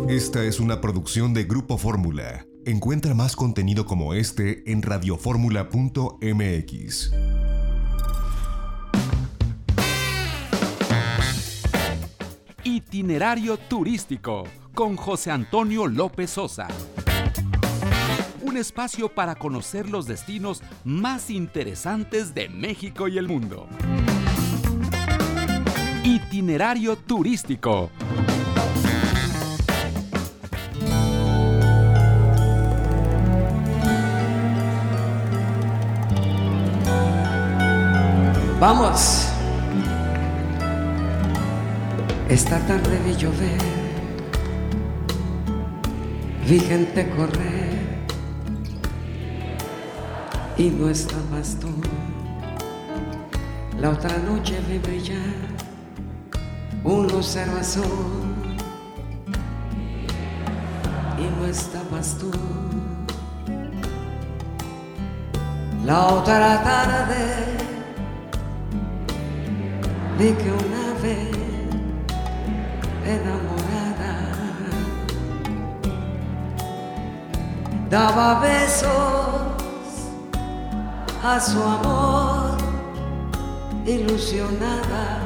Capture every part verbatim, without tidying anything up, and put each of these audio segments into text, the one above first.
Esta es una producción de Grupo Fórmula. Encuentra más contenido como este en radioformula punto m x. Itinerario turístico con José Antonio López Sosa. Un espacio para conocer los destinos más interesantes de México y el mundo. Itinerario turístico. Vamos. Esta tarde vi llover, vi gente correr y no estabas tú. La otra noche vi brillar un lucero azul y no estabas tú. La otra tarde vi que una ave enamorada daba besos a su amor ilusionada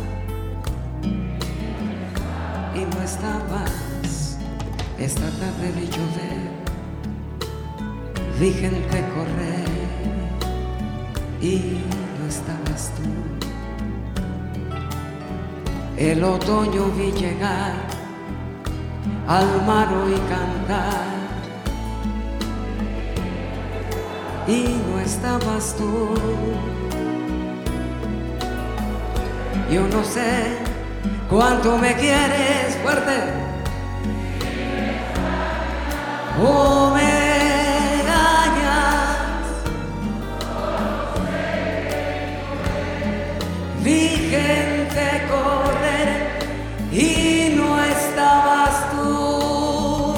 y no estabas. Esta tarde vi llover, vi gente correr y no estabas tú. El otoño vi llegar al mar y cantar y no estabas tú. Yo no sé cuánto me quieres, fuerte, o me engañas. Vi gente correr y no estabas tú.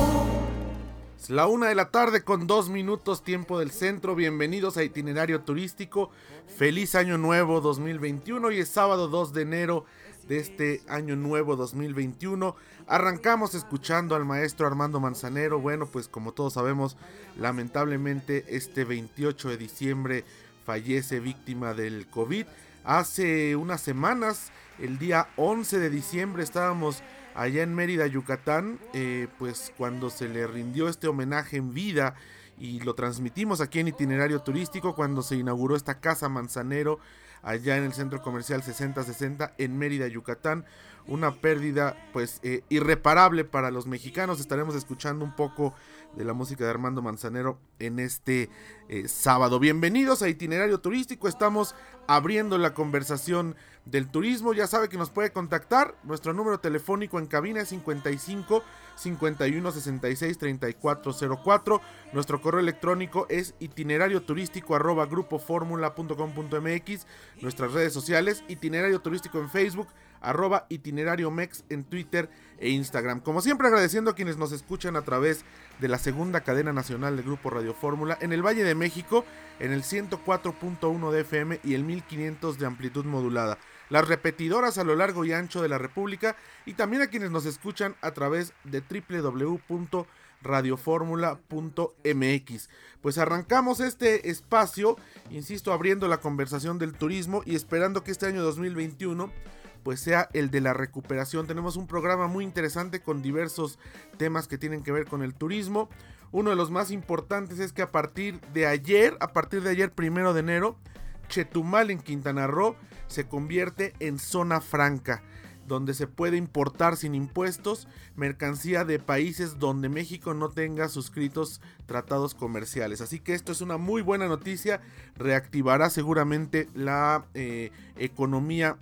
Es la una de la tarde con dos minutos, tiempo del centro. Bienvenidos a Itinerario Turístico. Feliz año nuevo dos mil veintiuno. Hoy es sábado dos de enero de este año nuevo dos mil veintiuno. Arrancamos escuchando al maestro Armando Manzanero. Bueno, pues como todos sabemos, lamentablemente este veintiocho de diciembre fallece víctima del COVID. Hace unas semanas, el día once de diciembre, estábamos allá en Mérida, Yucatán, eh, pues cuando se le rindió este homenaje en vida y lo transmitimos aquí en Itinerario Turístico, cuando se inauguró esta Casa Manzanero allá en el Centro Comercial sesenta sesenta en Mérida, Yucatán. Una pérdida pues eh, irreparable para los mexicanos. Estaremos escuchando un poco de la música de Armando Manzanero en este eh, sábado. Bienvenidos a Itinerario Turístico. Estamos abriendo la conversación del turismo. Ya sabe que nos puede contactar. Nuestro número telefónico en cabina es cincuenta y cinco, cincuenta y uno, sesenta y seis, treinta y cuatro cero cuatro. Nuestro correo electrónico es itinerario turístico arroba grupo formula punto com punto m x. Nuestras redes sociales, Itinerario Turístico en Facebook, arroba itinerario mex en Twitter e Instagram. Como siempre, agradeciendo a quienes nos escuchan a través de la segunda cadena nacional del Grupo Radio Fórmula en el Valle de México, en el ciento cuatro punto uno de F M y el mil quinientos de amplitud modulada. Las repetidoras a lo largo y ancho de la República, y también a quienes nos escuchan a través de doble u doble u doble u punto radio formula punto m x. Pues arrancamos este espacio, insisto, abriendo la conversación del turismo y esperando que este año dos mil veintiuno pues sea el de la recuperación. Tenemos un programa muy interesante con diversos temas que tienen que ver con el turismo. Uno de los más importantes es que a partir de ayer, a partir de ayer primero de enero, Chetumal en Quintana Roo se convierte en zona franca, donde se puede importar sin impuestos mercancía de países donde México no tenga suscritos tratados comerciales. Así que esto es una muy buena noticia, reactivará seguramente la eh, economía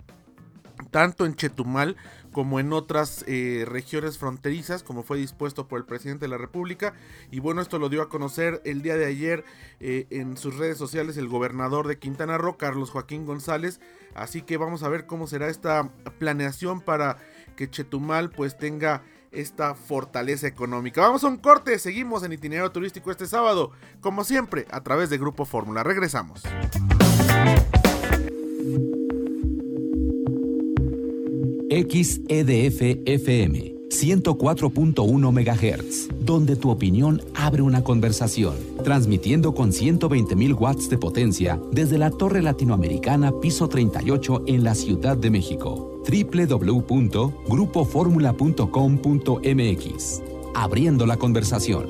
tanto en Chetumal como en otras eh, regiones fronterizas, como fue dispuesto por el presidente de la República. Y bueno, esto lo dio a conocer el día de ayer eh, en sus redes sociales el gobernador de Quintana Roo, Carlos Joaquín González. Así que vamos a ver cómo será esta planeación para que Chetumal pues tenga esta fortaleza económica. Vamos a un corte, seguimos en Itinerario Turístico este sábado, como siempre, a través de Grupo Fórmula. Regresamos. X E D F F M ciento cuatro punto uno megahertz, donde tu opinión abre una conversación, transmitiendo con ciento veinte mil watts de potencia desde la Torre Latinoamericana Piso treinta y ocho en la Ciudad de México. doble u doble u doble u punto grupo fórmula punto com punto m x. Abriendo la conversación.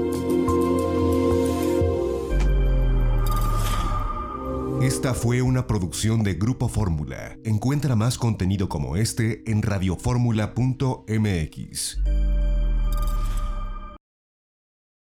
Esta fue una producción de Grupo Fórmula. Encuentra más contenido como este en radio fórmula punto m x.